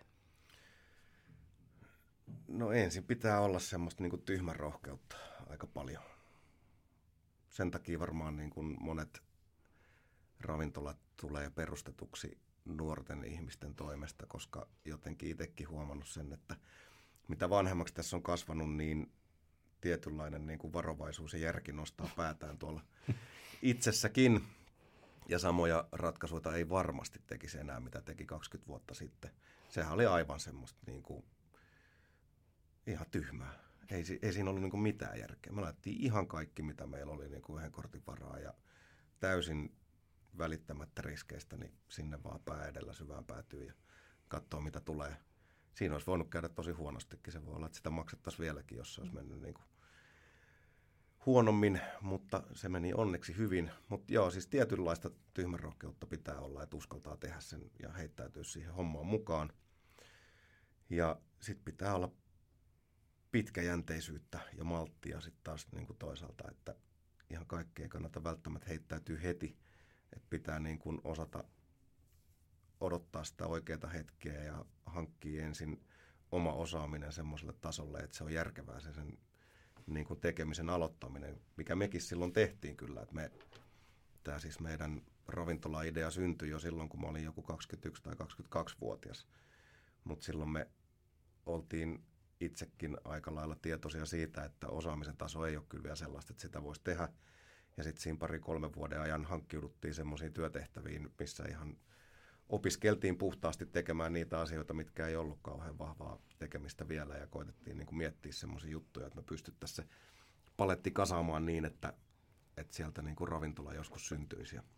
No ensin pitää olla semmoista niin kuin tyhmän rohkeutta aika paljon. sen takia varmaan niin kuin monet ravintolat tulee perustetuksi nuorten ihmisten toimesta, koska jotenkin itsekin huomannut sen, että mitä vanhemmaksi tässä on kasvanut, niin tietynlainen niin kuin varovaisuus ja järki nostaa päätään tuolla itsessäkin. Ja samoja ratkaisuja ei varmasti tekisi enää, mitä teki 20 vuotta sitten. Sehän oli aivan semmoista niin kuin, ihan tyhmää. Ei siinä ollut niin kuin mitään järkeä. Me laitettiin ihan kaikki, mitä meillä oli niin kuin yhden kortin varaa ja täysin välittämättä riskeistä, niin sinne vaan pää edellä syvään päätyy ja katsoo, mitä tulee. Siinä olisi voinut käydä tosi huonostikin. Se voi olla, että sitä maksettaisiin vieläkin, jos se olisi mennyt niin kuin huonommin, mutta se meni onneksi hyvin. Mutta joo, siis tietynlaista tyhmänrohkeutta pitää olla, että uskaltaa tehdä sen ja heittäytyä siihen hommaan mukaan. Ja sitten pitää olla pitkäjänteisyyttä ja malttia sitten taas niin kuin toisaalta, että ihan kaikkea ei kannata välttämättä heittäytyä heti. Että pitää niin kuin osata odottaa sitä oikeaa hetkeä ja hankkia ensin oma osaaminen semmoiselle tasolle, että se on järkevää sen niin kuin tekemisen aloittaminen, mikä mekin silloin tehtiin kyllä. Että tämä siis meidän ravintola-idea syntyi jo silloin, kun mä olin joku 21 tai 22-vuotias. Mutta silloin me oltiin itsekin aika lailla tietoisia siitä, että osaamisen taso ei ole kyllä vielä sellaista, että sitä voisi tehdä. Ja sitten siinä 2-3 vuoden ajan hankkiuduttiin semmoisiin työtehtäviin, missä ihan opiskeltiin puhtaasti tekemään niitä asioita, mitkä ei ollut kauhean vahvaa tekemistä vielä. Ja koitettiin niin kuin miettiä semmoisia juttuja, että me pystyttäisiin se paletti kasaamaan niin, että sieltä niin kuin ravintola joskus syntyisi. Ja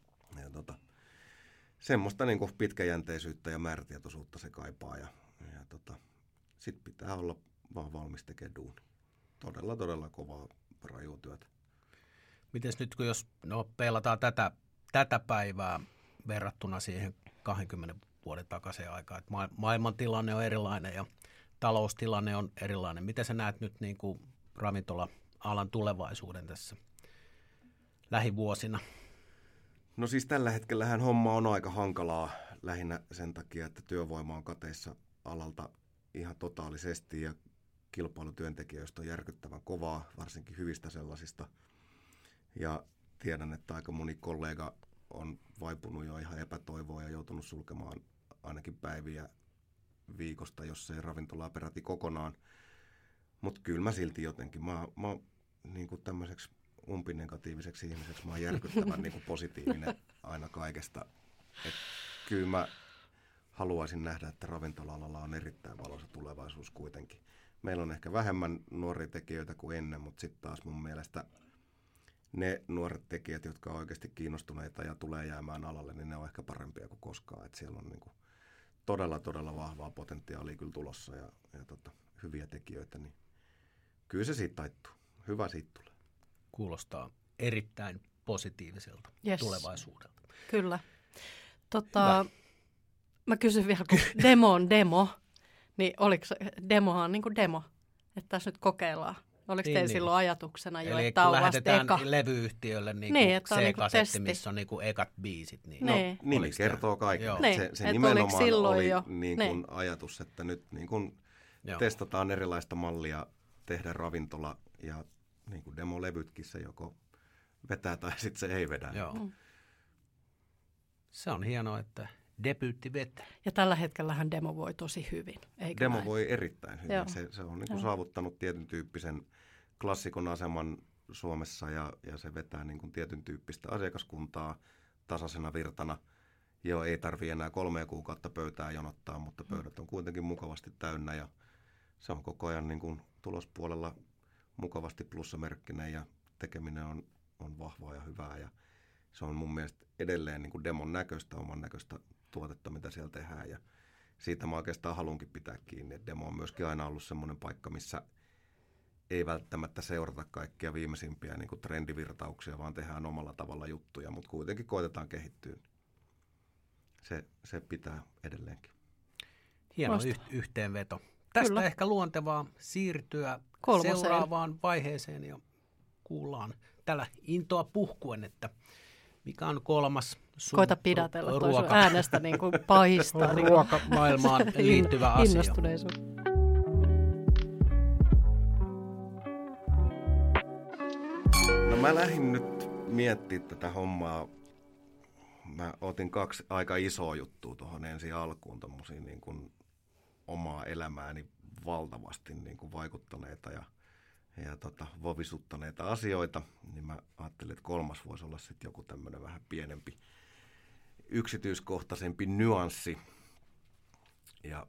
semmoista niin kuin pitkäjänteisyyttä ja määrätietoisuutta se kaipaa. Ja sitten pitää olla vaan valmis tekemään duuni. Todella, todella kovaa rajua työtä. Mites nyt, kun jos peilataan tätä päivää verrattuna siihen 20 vuoden takaisin aikaan, että maailman tilanne on erilainen ja taloustilanne on erilainen. Miten sä näet nyt niin kuin ravintola-alan tulevaisuuden tässä lähivuosina? No siis tällä hetkellähän homma on aika hankalaa lähinnä sen takia, että työvoima on kateissa alalta ihan totaalisesti ja kilpailutyöntekijöistä on järkyttävän kovaa, varsinkin hyvistä sellaisista. Ja tiedän, että aika moni kollega on vaipunut jo ihan epätoivoa ja joutunut sulkemaan ainakin päiviä viikosta, jos ei ravintolaa peräti kokonaan. Mutta kyllä mä silti jotenkin, mä niin kuin tämmöiseksi umpinegatiiviseksi ihmiseksi, mä oon järkyttävän niin kuin positiivinen aina kaikesta. Et kyllä mä haluaisin nähdä, että ravintola-alalla on erittäin valoisa tulevaisuus kuitenkin. Meillä on ehkä vähemmän nuoria tekijöitä kuin ennen, mutta sitten taas mun mielestä ne nuoret tekijät, jotka on oikeasti kiinnostuneita ja tulee jäämään alalle, niin ne on ehkä parempia kuin koskaan. Et siellä on niin kuin todella, todella vahvaa potentiaalia kyllä tulossa ja hyviä tekijöitä, niin kyllä se siitä taittuu. Hyvä siitä tulee. Kuulostaa erittäin positiiviselta tulevaisuudelta. Kyllä. Mä kysyn vielä, kun demo on demo, niin oliko demohan on niin kuin demo, että tässä nyt kokeillaan? Oliko teillä silloin ajatuksena jo, eli että on vasta eka? Eli levyyhtiölle C-kasetti, missä on niinku ekat biisit. Niin. No, nimi kertoo kaiken. Se nimenomaan oli niin kuin ajatus, että nyt niin kuin testataan erilaista mallia tehdä ravintola ja niin kuin demolevytkin se joko vetää tai sitten se ei vedä. Joo. Se on hienoa, että debyytti vetää. Ja tällä hetkellähän demo voi tosi hyvin, eikö Demo näin? Voi erittäin hyvin. Se on niin kuin saavuttanut tietyn tyyppisen klassikon aseman Suomessa ja se vetää niin kuin tietyn tyyppistä asiakaskuntaa tasaisena virtana. Joo, ei tarvitse enää 3 kuukautta pöytää jonottaa, mutta pöydät on kuitenkin mukavasti täynnä ja se on koko ajan niin kuin tulospuolella mukavasti plussamerkkinen ja tekeminen on vahvaa ja hyvää ja se on mun mielestä edelleen niin kuin demon näköistä, oman näköistä tuotetta, mitä siellä tehdään ja siitä mä oikeastaan haluankin pitää kiinni, että demo on myöskin aina ollut semmoinen paikka, missä ei välttämättä seurata kaikkia viimeisimpiä niin kuin trendivirtauksia, vaan tehdään omalla tavalla juttuja, mutta kuitenkin koitetaan kehittyä. Se pitää edelleenkin. Hieno yhteenveto. Tästä Kyllä. ehkä luontevaa siirtyä seuraavaan vaiheeseen ja kuullaan tällä intoa puhkuen, että mikä on 3. Koita pidätellä toisen äänestä niin kuin pahistaa. Ruokamaailmaan liittyvä asia. Innostuneisuus. No mä lähdin nyt miettimään tätä hommaa. Mä otin 2 aika isoa juttua tuohon ensi alkuun, tommosia niin kuin omaa elämääni valtavasti niin kuin vaikuttaneita ja vovisuttaneita asioita, niin mä ajattelin, että 3. voisi olla sitten joku tämmöinen vähän pienempi, yksityiskohtaisempi nyanssi. Ja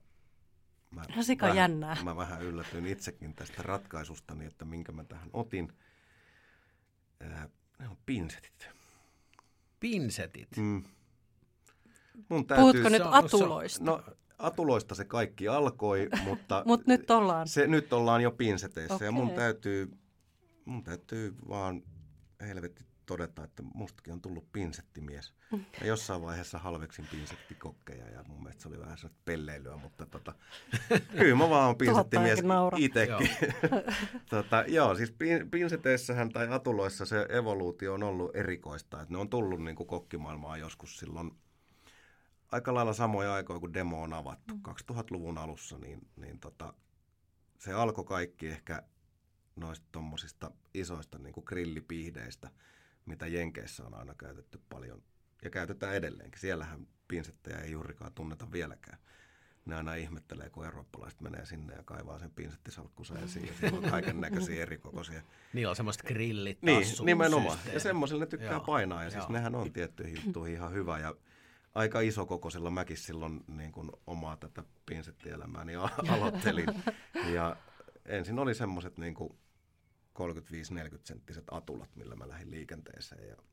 mä vähän yllätyin itsekin tästä ratkaisustani, että minkä mä tähän otin. Ne on pinsetit. Pinsetit? Puhutko nyt atuloista? No, atuloista se kaikki alkoi, mutta Mut nyt ollaan jo pinseteissä. Okay. Ja mun täytyy vaan helvetti todeta, että mustakin on tullut pinsettimies. Ja jossain vaiheessa halveksin pinsettikokkeja ja mun mielestä se oli vähän sellaista pelleilyä, mutta kyllä mä vaan on pinsettimies itsekin. Joo, siis pinseteissähän tai atuloissa se evoluutio on ollut erikoista, että ne on tullut niin kuin kokkimaailmaan joskus silloin aika lailla samoja aikoja, kun demo on avattu, 2000-luvun alussa, niin se alkoi kaikki ehkä noista tommosista isoista niin kuin grillipiihdeistä, mitä Jenkeissä on aina käytetty paljon ja käytetään edelleenkin. Siellähän pinsettejä ei juurikaan tunneta vieläkään. Ne aina ihmettelee, kun eurooppalaiset menee sinne ja kaivaa sen pinsettisalkkunsa esiin ja siellä on kaiken näköisiä erikokoisia. Niillä on semmoista grillit. Niin, nimenomaan. Ja semmoisilla ne tykkää painaa ja siis nehän on tiettyihin juttuihin ihan hyvä ja aika isokokoisilla mäkin silloin niin kuin omaa tätä pinsettielämääni aloittelin. Ja ensin oli semmoiset niin kuin 35-40 senttiset atulat, millä mä lähdin liikenteeseen. Ja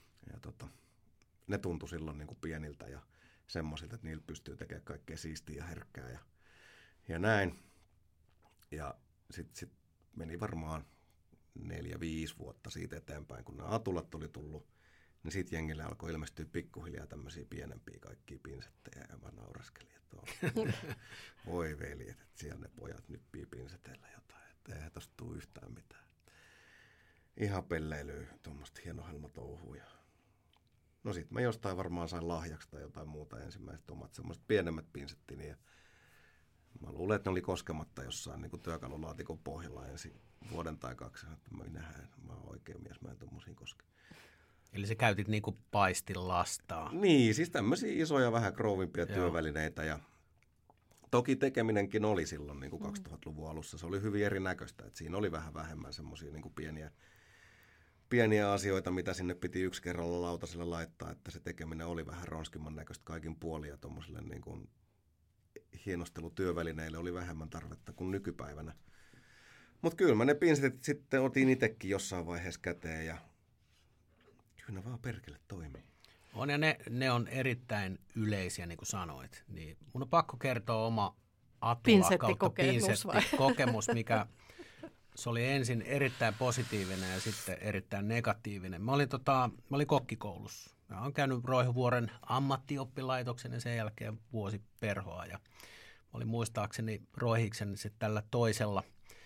ne tuntui silloin niin kuin pieniltä ja semmoisilta, että niillä pystyy tekemään kaikkea siistiä ja herkkää ja näin. Ja sitten meni varmaan 4-5 vuotta siitä eteenpäin, kun nämä atulat oli tullut. Niin sitten jengille alkoi ilmestyä pikkuhiljaa tämmöisiä pienempiä kaikkia pinsettejä ja mä nauraskelin, että voi veljet, että siellä ne pojat nyppii pinseteillä jotain, että eihän tosta tule yhtään mitään. Ihan pelleilyä, tuommoista hienohelmatouhua. No sit mä jostain varmaan sain lahjaksi tai jotain muuta ensimmäiset omat semmoiset pienemmät pinsettini ja mä luulen, että ne oli koskematta jossain niin kuin työkalulaatikon pohjalla ensin vuoden tai 2, että mä oon oikea mies, mä en tommosiin koske. Eli sä käytit niinku paistilastaa. Niin, siis tämmöisiä isoja vähän kroovimpia työvälineitä ja toki tekeminenkin oli silloin niin kuin 2000-luvun alussa. Se oli hyvin erinäköistä, että siinä oli vähän vähemmän semmoisia niin kuin pieniä asioita, mitä sinne piti yksi kerralla lautaselle laittaa, että se tekeminen oli vähän ronskimman näköistä kaikin puolin ja tuommoiselle niin kuin hienostelutyövälineille oli vähemmän tarvetta kuin nykypäivänä. Mutta kyllä mä ne pinsetit sitten otin itsekin jossain vaiheessa käteen ja kyllä ne vaan perkele toimii. On ja ne on erittäin yleisiä, niin kuin sanoit. Niin mun on pakko kertoa oma atula kautta pinsettikokemus, mikä se oli ensin erittäin positiivinen ja sitten erittäin negatiivinen. Mä olin kokkikoulussa. Mä oon käynyt Roihuvuoren ammattioppilaitoksen ja sen jälkeen vuosi perhoa. Ja mä olin muistaakseni Roihiksen sitten tällä toisella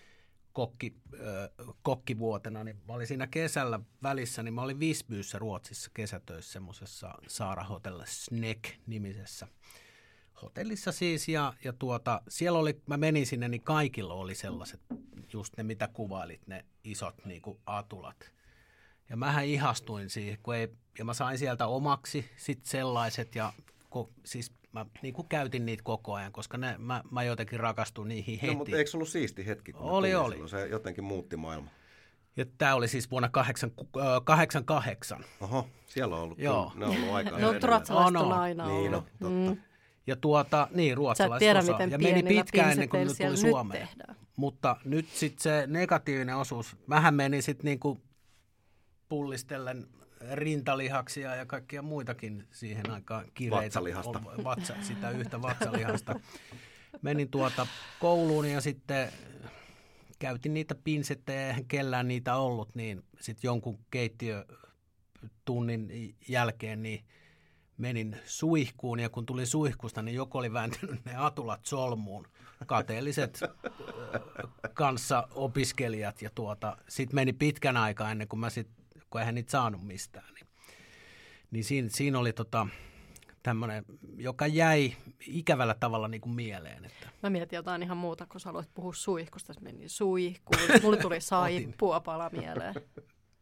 kokkivuotena, niin mä olin siinä kesällä välissä, niin mä olin Visbyssä Ruotsissa kesätöissä semmoisessa Saara Hotel Snack-nimisessä hotellissa siis, ja siellä oli, mä menin sinne, niin kaikilla oli sellaiset, just ne mitä kuvailit, ne isot niinku atulat. Ja mähän ihastuin siihen, ja mä sain sieltä omaksi sit sellaiset, ja siis mä niinku käytin niitä koko ajan, koska mä jotenkin rakastuin niihin heti. No, mutta eikö se ollut siisti hetki, kun oli. Se jotenkin muutti maailma. Ja tämä oli siis vuonna 1988. Oho, siellä on ollut, ne on ollut aikaa. No, ruotsalaiset on aina ollut. Niin, no, totta. Ja ruotsalaiset tiedä, osaa. miten ja meni pitkään ennen kuin ne tuli Suomeen. Tehdään. Mutta nyt sitten se negatiivinen osuus, mähän meni sitten niinku pullistellen rintalihaksia ja kaikkia muitakin siihen aikaan kireitä. Vatsalihasta. Sitä yhtä vatsalihasta. Menin kouluun ja sitten käytin niitä pinsettejä, eihän kellään niitä ollut, niin sitten jonkun keittiötunnin jälkeen niin menin suihkuun ja kun tulin suihkusta, niin joku oli vääntänyt ne atulat solmuun. Kateelliset kanssaopiskelijat ja sitten meni pitkän aikaa ennen kuin kun eihän niitä saanut mistään. Niin siinä oli tämmöinen, joka jäi ikävällä tavalla niin kuin mieleen. Että. Mä mietin jotain ihan muuta, kun sä aloit puhua suihkusta. Meni suihkuun. Mulle tuli saippuapala mieleen.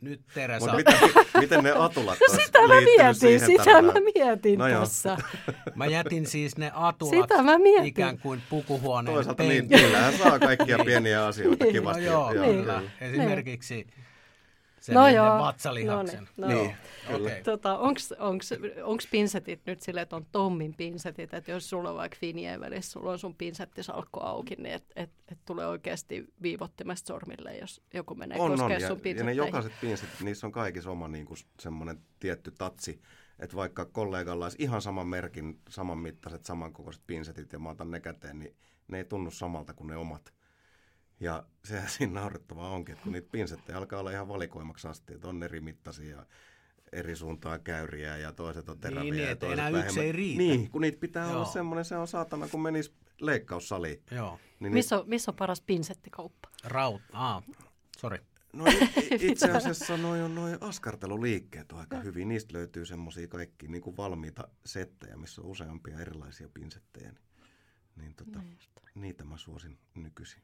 Nyt Teresa. Mutta miten ne atulat olisi Sitä mä liittynyt siihen mietin No joo. tuossa. Mä jätin siis ne atulat Sitä mä mietin. ikään kuin pukuhuoneen Toisaalta penkille. niillähän saa kaikkia pieniä asioita Niin. kivasti. No joo, Niin. kyllä. Esimerkiksi sen No yhden joo. vatsalihaksen. No niin. Niin, kyllä. Okei. Onko pinsetit nyt silleen, että on Tommin pinsetit, että jos sulla on vaikka Finien välissä, sulla on sun pinsettisalkku auki, niin et tulee oikeasti viivottimesta sormille, jos joku menee koskemaan sun Ja ne pinsetteihin. jokaiset pinsetit, niissä on kaikissa oma niinku semmoinen tietty tatsi, että vaikka kollegalla olisi ihan saman merkin, saman mittaiset, samankokoiset pinsetit ja mä otan ne käteen, niin ne ei tunnu samalta kuin ne omat. Ja sehän siinä naurettavaa onkin, että kun niitä pinsettejä alkaa olla ihan valikoimaksi asti, että on eri mittaisia, eri suuntaan käyriä ja toiset on teräviä. Niin, ja että toiset enää vähemmän. yksi ei riitä. Niin, kun niitä pitää Joo. olla semmoinen, se on saatana, kun menisi leikkaussaliin. Joo. Niin Missä on paras pinsettikauppa? Sori. No itse asiassa noi askarteluliikkeet on aika hyvin. Niistä löytyy semmoisia kaikki niin kuin valmiita settejä, missä on useampia erilaisia pinsettejä. Niin niitä mä suosin nykyisin.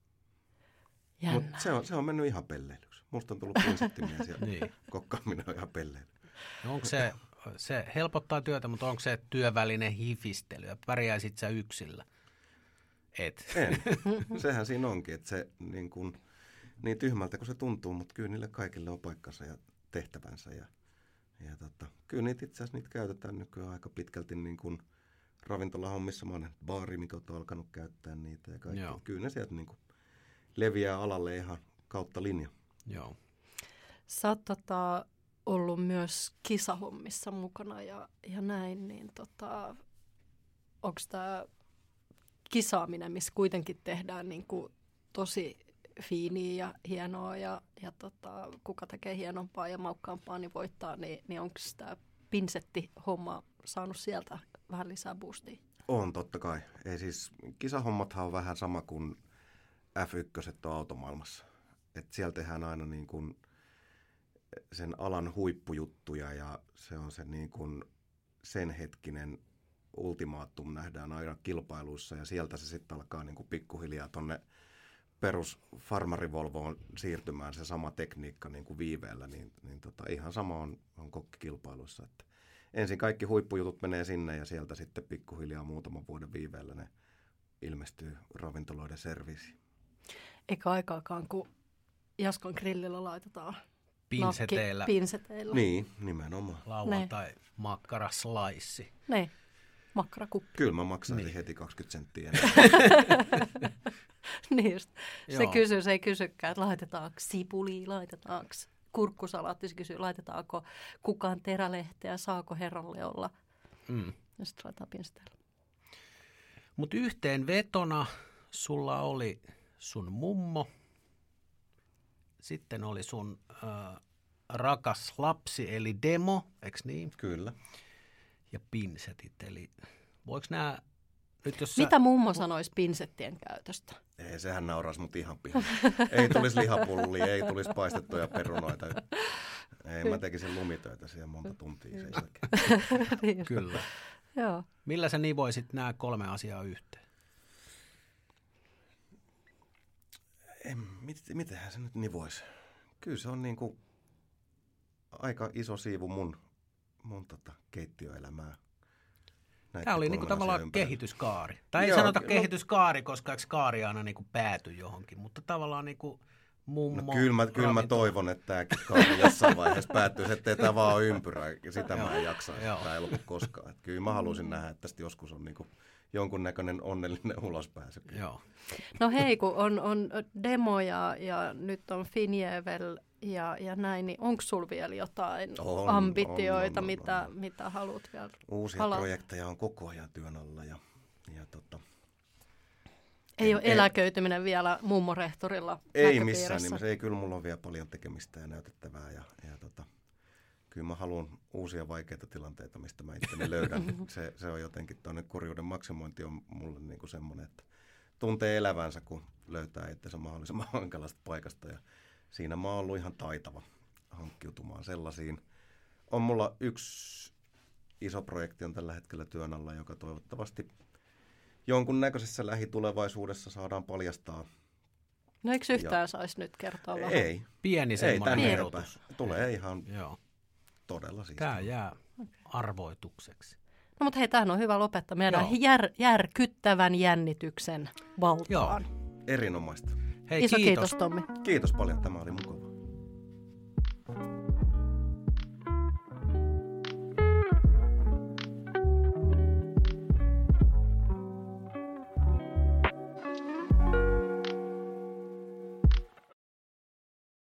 Jännä. Mutta se on mennyt ihan pelleilyksi. Musta on tullut pinsettimies ja Niin. kokkaaminen on ihan pelleily. No onko se helpottaa työtä, mutta onko se työvälinen hifistelyä? Pärjäisit sä yksillä? Et. En. Sehän siinä onkin, että se niin tyhmältä kuin se tuntuu, mutta kyllä niille kaikille on paikkansa ja tehtävänsä. Ja kyllä niitä itse asiassa niitä käytetään nykyään aika pitkälti niin kuin ravintolahommissa. Mä oon baarimikot on alkanut käyttää niitä ja kaikki. Joo. Kyllä ne sieltä niin kuin leviää alalle ihan kautta linja. Joo. Sä oot ollut myös kisahommissa mukana ja näin, niin onko tämä kisaaminen, missä kuitenkin tehdään niin kuin tosi fiiniä ja hienoa ja kuka tekee hienompaa ja maukkaampaa, niin voittaa, niin onko tämä pinsetti-homma saanut sieltä vähän lisää boostia? On totta kai. Ei siis, kisahommathan on vähän sama kuin F1 on automaailmassa. Et siellä tehdään aina niin kuin sen alan huippujuttuja ja se on se niin kuin sen hetkinen ultimaattum nähdään aina kilpailuissa ja sieltä se sitten alkaa niin kuin pikkuhiljaa tonne perus farmarivolvoon siirtymään se sama tekniikka niin kuin viiveellä, niin ihan sama on kokkikilpailuissa. Että ensin kaikki huippujutut menee sinne ja sieltä sitten pikkuhiljaa muutaman vuoden viiveellä ne ilmestyy ravintoloiden serviisiin. Eikä aikaakaan, kun Jaskon grillillä laitetaan Pinseteillä. Pinseteillä. Niin, nimenomaan. Lauantai makkaraslaissi. Niin, makkarakuppi. Kyllä mä maksaisin heti 20 senttiä. Niin just. Joo. Se ei kysykään, että laitetaanko sipulia, laitetaanko kurkkusalaatti, se kysyy, laitetaanko kukaan terälehteä, saako herralle olla. Ja sitten laitetaan pinseteillä. Mutta yhteenvetona sulla oli sun mummo, sitten oli sun rakas lapsi eli Demo, eikö niin? Kyllä. Ja pinsetit, eli voiko nämä nyt jos Mitä mummo sanoisi pinsettien käytöstä? Ei, sehän nauraisi mut ihan pihalle. Ei tulisi lihapullia, ei tulisi paistettuja perunoita. Ei, mä tekisin lumitöitä siellä monta tuntia sen jälkeen. Niin. Kyllä. Joo. Millä sä nivoisit nämä 3 asiaa yhteen? Mitenhän se nyt nivoisi? Kyllä se on niinku aika iso siivu mun keittiöelämää. Tämä oli niinku tavallaan kehityskaari. Tai ei Joo, sanota kehityskaari, koska eikö kaari aina niinku pääty johonkin, mutta tavallaan niinku mummo. No, kyllä mä toivon, että tämäkin kaari jossain vaiheessa päättyisi, ettei tämä vaan ole ympyrä. Sitä mä en jaksa, tämä ei lopu koskaan. Että kyllä mä haluaisin nähdä, että tästä joskus on niinku jonkunnäköinen onnellinen ulospääsy. Joo. No hei, kun on Demo ja nyt on Finjevel ja näin, niin onko sulla vielä jotain ambitioita, mitä haluat vielä Uusia projekteja on koko ajan työn alla Ei ole eläköityminen vielä mummorehtorilla Ei missään nimessä. Ei, kyllä mulla on vielä paljon tekemistä ja näytettävää. Kyllä mä haluan uusia vaikeita tilanteita, mistä mä itteni löydän. Se on jotenkin, tuonne kurjuuden maksimointi on mulle niin kuin semmoinen, että tuntee elävänsä, kun löytää itsensä mahdollisimman hankalasta paikasta. Ja siinä mä oon ollut ihan taitava hankkiutumaan sellaisiin. On mulla yksi iso projekti on tällä hetkellä työn alla, joka toivottavasti jonkunnäköisessä lähitulevaisuudessa saadaan paljastaa No eikö yhtään saisi nyt kertoa vähän? Ei. Pieni Ei semmoinen tänne erotus. Tulee ihan Joo. todella siis. Tämä jää arvoitukseksi. No mutta hei, tämähän on hyvä lopettaa meidän järkyttävän jännityksen valtaan. Erinomaista. Hei, Iso kiitos Tommi. Kiitos paljon, tämä oli mukava.